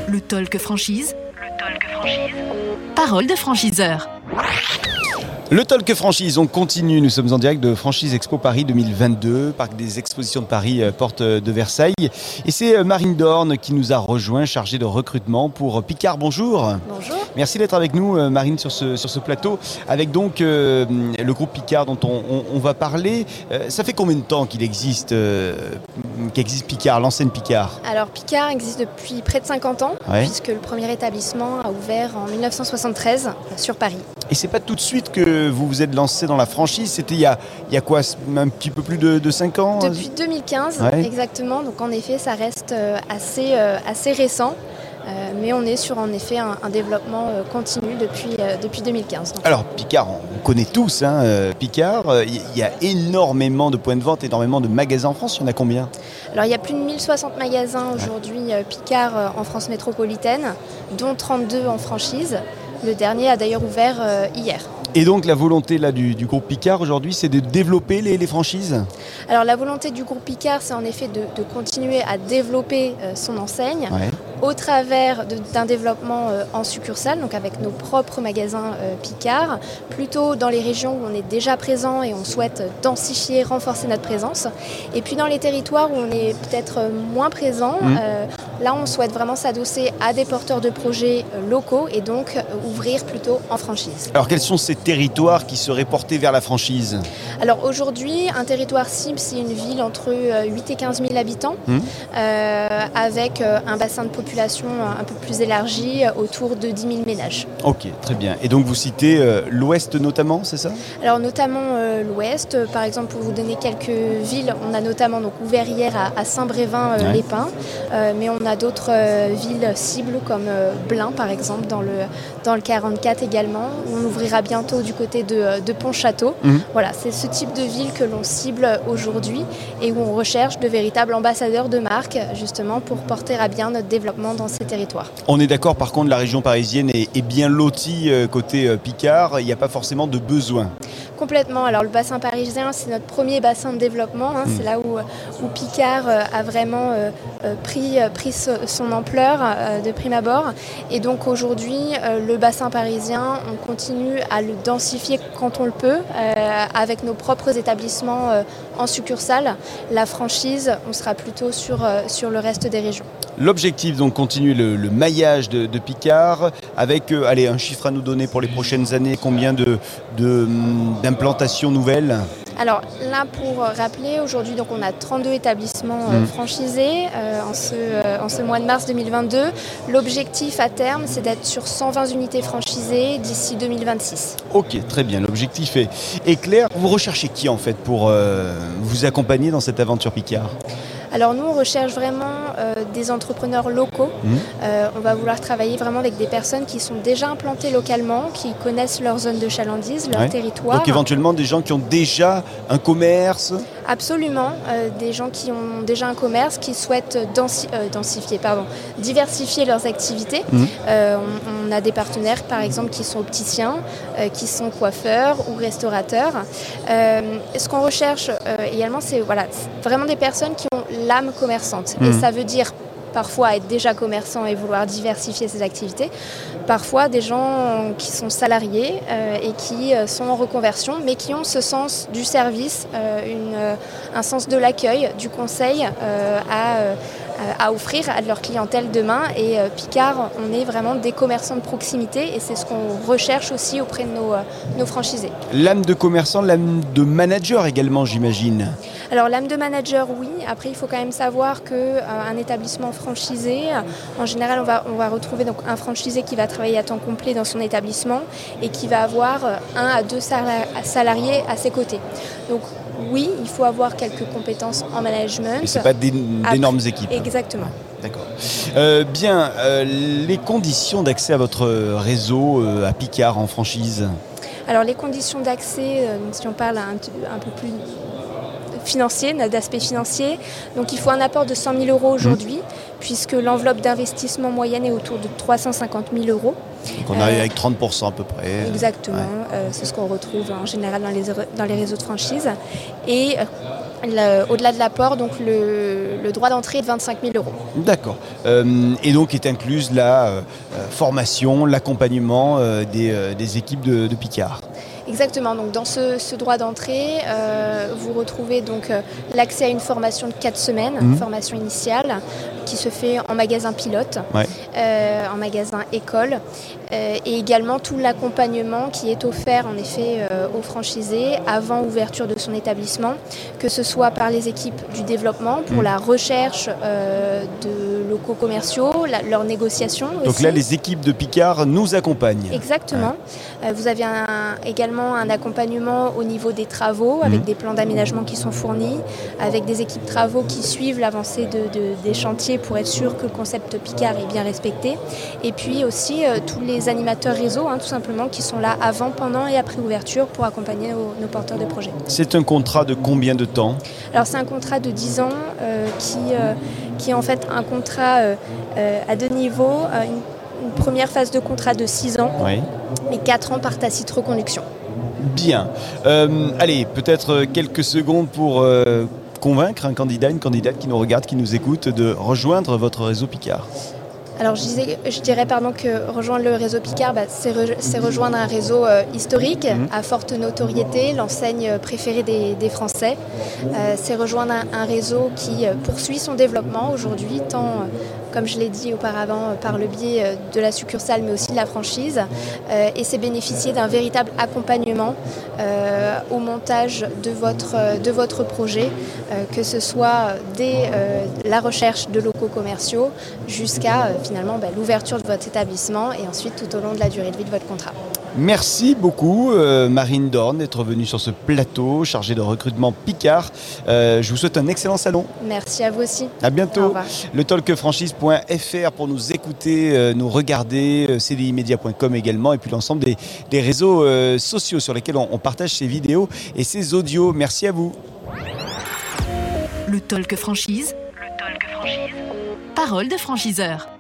Le Talk Franchise. Parole de franchiseur. Le Talk Franchise, on continue. Nous sommes en direct de Franchise Expo Paris 2022, parc des expositions de Paris, porte de Versailles. Et c'est Marine Dorn qui nous a rejoint, chargée de recrutement pour Picard. Bonjour. Bonjour. Merci d'être avec nous, Marine, sur ce plateau, avec donc le groupe Picard dont on va parler. Ça fait combien de temps qu'il existe Picard, l'enseigne Picard? Alors Picard existe depuis près de 50 ans, puisque le premier établissement a ouvert en 1973 sur Paris. Et c'est pas tout de suite que vous vous êtes lancé dans la franchise, c'était il y a quoi, un petit peu plus de 5 ans? Depuis 2015, exactement. Donc en effet, ça reste assez récent. Mais on est sur en effet un développement continu depuis 2015. Donc. Alors Picard, on connaît tous Picard, il y a énormément de points de vente, énormément de magasins en France, il y en a combien? Alors il y a plus de 1060 magasins aujourd'hui Picard en France métropolitaine, dont 32 en franchise. Le dernier a d'ailleurs ouvert hier. Et donc la volonté là, du groupe Picard aujourd'hui, c'est de développer les franchises? Alors la volonté du groupe Picard, c'est en effet de continuer à développer son enseigne au travers d'un développement en succursale, donc avec nos propres magasins Picard, plutôt dans les régions où on est déjà présent et on souhaite densifier, renforcer notre présence. Et puis dans les territoires où on est peut-être moins présent, là on souhaite vraiment s'adosser à des porteurs de projets locaux et donc ouvrir plutôt en franchise. Alors quels sont ces territoires qui seraient portés vers la franchise? Alors aujourd'hui, un territoire cible, c'est une ville entre 8 et 15 000 habitants, avec un bassin de population un peu plus élargi, autour de 10 000 ménages. Ok, très bien. Et donc vous citez l'Ouest notamment, c'est ça? Alors notamment l'Ouest, par exemple pour vous donner quelques villes, on a notamment donc, ouvert hier à Saint-Brévin-les-Pins, mais on a d'autres villes cibles comme Blain par exemple, dans le 44 également. On ouvrira bientôt du côté de Pontchâteau. Voilà, c'est ce type de ville que l'on cible aujourd'hui et où on recherche de véritables ambassadeurs de marque justement pour porter à bien notre développement dans ces territoires. On est d'accord par contre, la région parisienne est bien lotie côté Picard, il n'y a pas forcément de besoin. Complètement. Alors le bassin parisien, c'est notre premier bassin de développement. C'est là où Picard a vraiment pris son ampleur de prime abord. Et donc aujourd'hui, le bassin parisien, on continue à le densifier quand on le peut, avec nos propres établissements en succursale. La franchise, on sera plutôt sur le reste des régions. L'objectif, donc, continuer le maillage de Picard avec un chiffre à nous donner pour les prochaines années, combien d'implantations nouvelles? Alors là, pour rappeler, aujourd'hui donc on a 32 établissements franchisés en ce mois de mars 2022. L'objectif à terme, c'est d'être sur 120 unités franchisées d'ici 2026. Ok, très bien, l'objectif est clair. Vous recherchez qui en fait pour vous accompagner dans cette aventure Picard? Alors nous, on recherche vraiment des entrepreneurs locaux. On va vouloir travailler vraiment avec des personnes qui sont déjà implantées localement, qui connaissent leur zone de chalandise, leur territoire. Donc éventuellement des gens qui ont déjà un commerce? Absolument, des gens qui ont déjà un commerce, qui souhaitent diversifier leurs activités. On a des partenaires par exemple qui sont opticiens, qui sont coiffeurs ou restaurateurs. Ce qu'on recherche également, c'est vraiment des personnes qui ont l'âme commerçante. Et ça veut dire parfois être déjà commerçant et vouloir diversifier ses activités. Parfois des gens qui sont salariés et qui sont en reconversion, mais qui ont ce sens du service, un sens de l'accueil, du conseil à offrir à leur clientèle demain. Et Picard, on est vraiment des commerçants de proximité et c'est ce qu'on recherche aussi auprès de nos franchisés. L'âme de commerçant, l'âme de manager également, j'imagine. Alors l'âme de manager, oui. Après, il faut quand même savoir qu'un établissement franchisé, en général, on va retrouver donc un franchisé qui va travailler à temps complet dans son établissement et qui va avoir 1 à 2 salariés à ses côtés. Donc oui, il faut avoir quelques compétences en management. Mais ce n'est pas d'énormes équipes. Exactement. D'accord. Les conditions d'accès à votre réseau à Picard en franchise? Alors les conditions d'accès, si on parle un peu plus financier, d'aspect financier. Donc il faut un apport de 100 000 € aujourd'hui, puisque l'enveloppe d'investissement moyenne est autour de 350 000 €. Donc on arrive avec 30% à peu près. Exactement, c'est ce qu'on retrouve en général dans les réseaux de franchise. Et au-delà de l'apport, donc le droit d'entrée est de 25 000 euros. D'accord. Et donc est incluse la formation, l'accompagnement des équipes de Picard. Exactement, donc dans ce droit d'entrée, vous retrouvez donc l'accès à une formation de 4 semaines, formation initiale, qui se fait en magasin pilote, en magasin école, et également tout l'accompagnement qui est offert en effet aux franchisés avant ouverture de son établissement, que ce soit par les équipes du développement pour la recherche de locaux commerciaux, leur négociation aussi. Donc là, les équipes de Picard nous accompagnent. Exactement. Vous avez également un accompagnement au niveau des travaux avec des plans d'aménagement qui sont fournis, avec des équipes travaux qui suivent l'avancée des chantiers pour être sûr que le concept Picard est bien respecté. Et puis aussi tous les animateurs réseau, tout simplement, qui sont là avant, pendant et après ouverture pour accompagner nos porteurs de projets. C'est un contrat de combien de temps ? Alors c'est un contrat de 10 ans qui est en fait un contrat à 2 niveaux. Une première phase de contrat de 6 ans et 4 ans par tacite reconduction. Bien. Allez, peut-être quelques secondes pour convaincre un candidat, une candidate qui nous regarde, qui nous écoute, de rejoindre votre réseau Picard. Alors je dirais que rejoindre le réseau Picard, c'est rejoindre un réseau historique à forte notoriété, l'enseigne préférée des Français. C'est rejoindre un réseau qui poursuit son développement aujourd'hui, tant, comme je l'ai dit auparavant, par le biais de la succursale, mais aussi de la franchise. Et c'est bénéficier d'un véritable accompagnement au montage de votre projet, que ce soit dès la recherche de locaux commerciaux jusqu'à finalement l'ouverture de votre établissement et ensuite tout au long de la durée de vie de votre contrat. Merci beaucoup Marine Dorn d'être venue sur ce plateau chargé de recrutement Picard. Je vous souhaite un excellent salon. Merci à vous aussi. À bientôt. Au revoir. Le talkfranchise.fr pour nous écouter, nous regarder, cdimedia.com également, et puis l'ensemble des réseaux sociaux sur lesquels on partage ces vidéos et ces audios. Merci à vous. Le Talk Franchise. Parole de franchiseur.